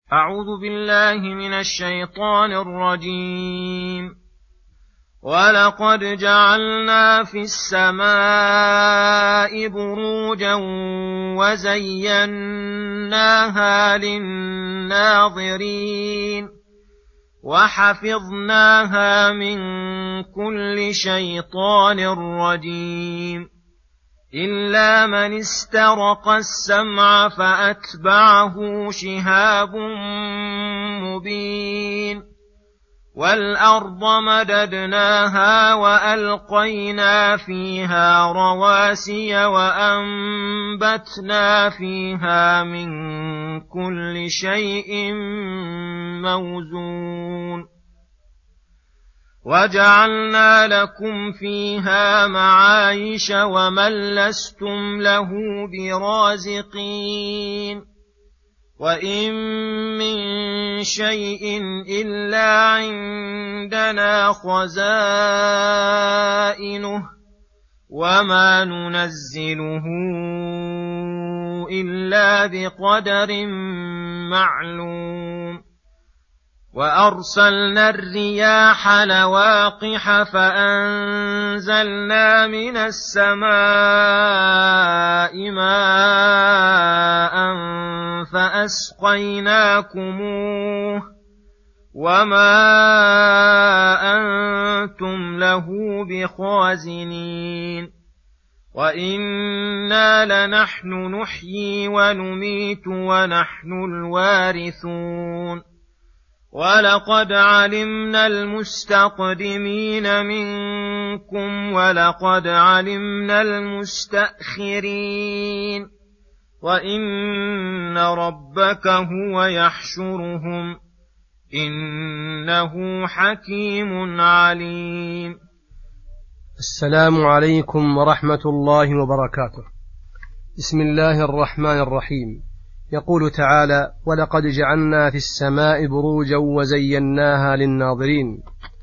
أعوذ بالله من الشيطان الرجيم. ولقد جعلنا في السماء بروجا وزيناها للناظرين وحفظناها من كل شيطان رجيم إلا من استرق السمع فأتبعه شهاب مبين والأرض مددناها وألقينا فيها رواسي وأنبتنا فيها من كل شيء موزون وجعلنا لكم فيها معايش ومن لستم له برازقين وإن من شيء إلا عندنا خزائنه وما ننزله إلا بقدر معلوم وأرسلنا الرياح لواقح فأنزلنا من السماء ماء فأسقيناكموه وما أنتم له بخازنين وإنا لنحن نحيي ونميت ونحن الوارثون ولقد علمنا المستقدمين منكم ولقد علمنا المستأخرين وإن ربك هو يحشرهم إنه حكيم عليم. السلام عليكم ورحمة الله وبركاته. بسم الله الرحمن الرحيم. يقول تعالى: ولقد جعلنا في السماء بروجا وزيناها للناظرين.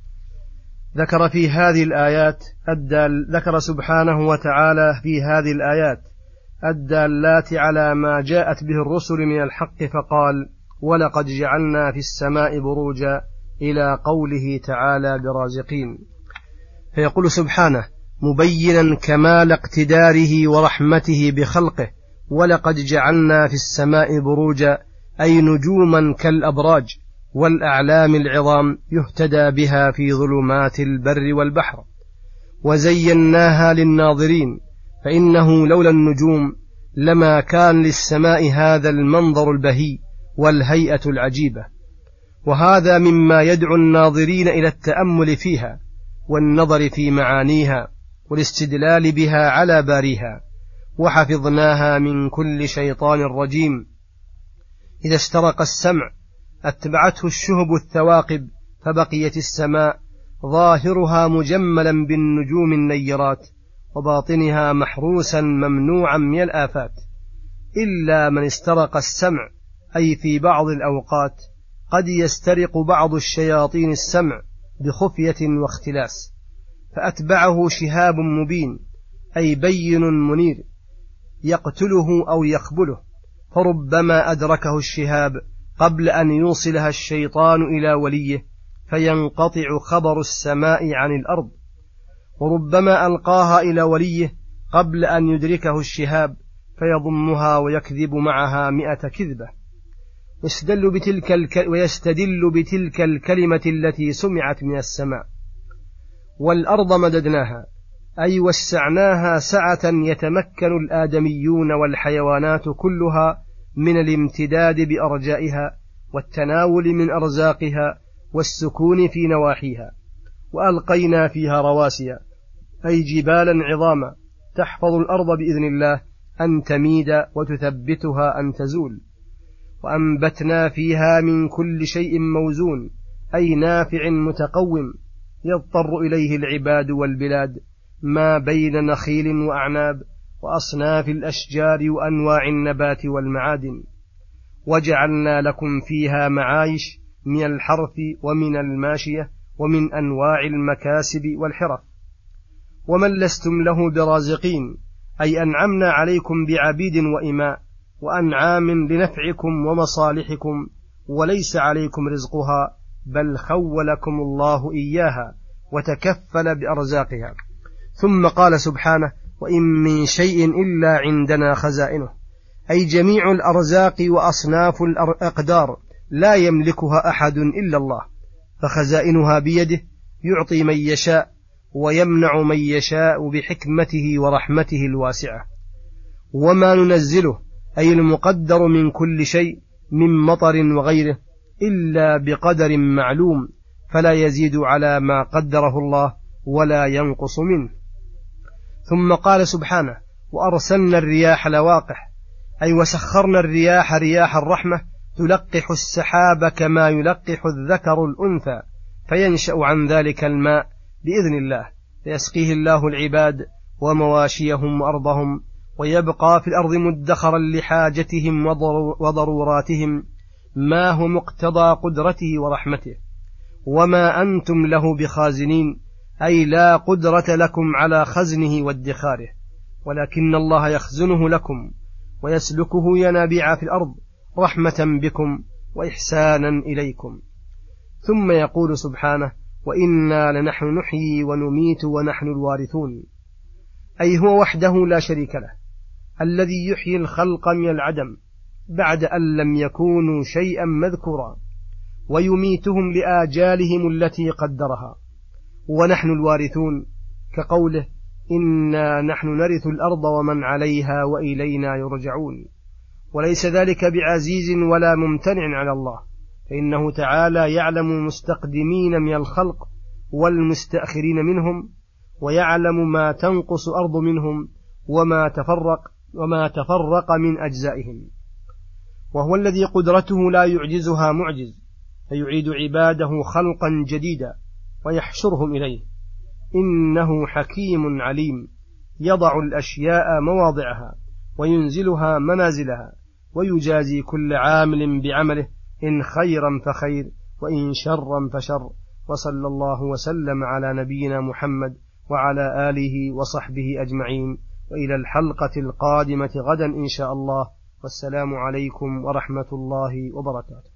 ذكر سبحانه وتعالى في هذه الآيات الدالات على ما جاءت به الرسل من الحق، فقال: ولقد جعلنا في السماء بروجا، إلى قوله تعالى برازقين. فيقول سبحانه مبينا كمال اقتداره ورحمته بخلقه: ولقد جعلنا في السماء بروجا، أي نجوما كالأبراج والأعلام العظام يهتدى بها في ظلمات البر والبحر. وزيناها للناظرين، فإنه لولا النجوم لما كان للسماء هذا المنظر البهي والهيئة العجيبة. وهذا مما يدعو الناظرين إلى التأمل فيها والنظر في معانيها والاستدلال بها على باريها. وحفظناها من كل شيطان رجيم. إذا استرق السمع أتبعته الشهب الثواقب، فبقيت السماء ظاهرها مجملا بالنجوم النيرات وباطنها محروسا ممنوعا من الآفات، إلا من استرق السمع، أي في بعض الأوقات قد يسترق بعض الشياطين السمع بخفية واختلاس، فأتبعه شهاب مبين، أي بين منير، يقتله أو يقبله، فربما أدركه الشهاب قبل أن يوصلها الشيطان إلى وليه فينقطع خبر السماء عن الأرض، وربما ألقاها إلى وليه قبل أن يدركه الشهاب فيضمها ويكذب معها 100 كذبة. ويستدل بتلك الكلمة التي سمعت من السماء. والأرض مددناها، أي وسعناها سعة يتمكن الآدميون والحيوانات كلها من الامتداد بأرجائها والتناول من أرزاقها والسكون في نواحيها. وألقينا فيها رواسي، أي جبالا عظاما تحفظ الأرض بإذن الله أن تميد وتثبتها أن تزول. وأنبتنا فيها من كل شيء موزون، أي نافع متقوم يضطر إليه العباد والبلاد، ما بين نخيل وأعناب وأصناف الأشجار وأنواع النبات والمعادن. وجعلنا لكم فيها معايش من الحرث ومن الماشية ومن أنواع المكاسب والحرف. ومن لستم له برازقين، أي أنعمنا عليكم بعبيد وإماء وأنعام لنفعكم ومصالحكم وليس عليكم رزقها بل خولكم الله إياها وتكفل بأرزاقها. ثم قال سبحانه: وإن من شيء إلا عندنا خزائنه، أي جميع الأرزاق وأصناف الأقدار لا يملكها أحد إلا الله، فخزائنها بيده، يعطي من يشاء ويمنع من يشاء بحكمته ورحمته الواسعة. وما ننزله أي المقدر من كل شيء من مطر وغيره إلا بقدر معلوم، فلا يزيد على ما قدره الله ولا ينقص منه. ثم قال سبحانه: وأرسلنا الرياح لواقح، أي وسخرنا الرياح رياح الرحمة تلقح السحاب كما يلقح الذكر الأنثى، فينشأ عن ذلك الماء بإذن الله، فيسقيه الله العباد ومواشيهم وأرضهم، ويبقى في الأرض مدخرا لحاجتهم وضروراتهم ما هو مقتضى قدرته ورحمته. وما أنتم له بخازنين، أي لا قدرة لكم على خزنه وادخاره، ولكن الله يخزنه لكم ويسلكه ينابيع في الأرض رحمة بكم وإحسانا إليكم. ثم يقول سبحانه: وإنا لنحن نحيي ونميت ونحن الوارثون، أي هو وحده لا شريك له الذي يحيي الخلق من العدم بعد أن لم يكونوا شيئا مذكورا، ويميتهم لآجالهم التي قدرها، ونحن الوارثون، كقوله: إنا نحن نرث الأرض ومن عليها وإلينا يرجعون. وليس ذلك بعزيز ولا ممتنع على الله، فإنه تعالى يعلم مستقدمين من الخلق والمستأخرين منهم، ويعلم ما تنقص أرض منهم وما تفرق من أجزائهم، وهو الذي قدرته لا يعجزها معجز، فيعيد عباده خلقا جديدا ويحشرهم إليه. إنه حكيم عليم، يضع الأشياء مواضعها وينزلها منازلها، ويجازي كل عامل بعمله، إن خيرا فخير وإن شرا فشر. وصلى الله وسلم على نبينا محمد وعلى آله وصحبه أجمعين، وإلى الحلقة القادمة غدا إن شاء الله، والسلام عليكم ورحمة الله وبركاته.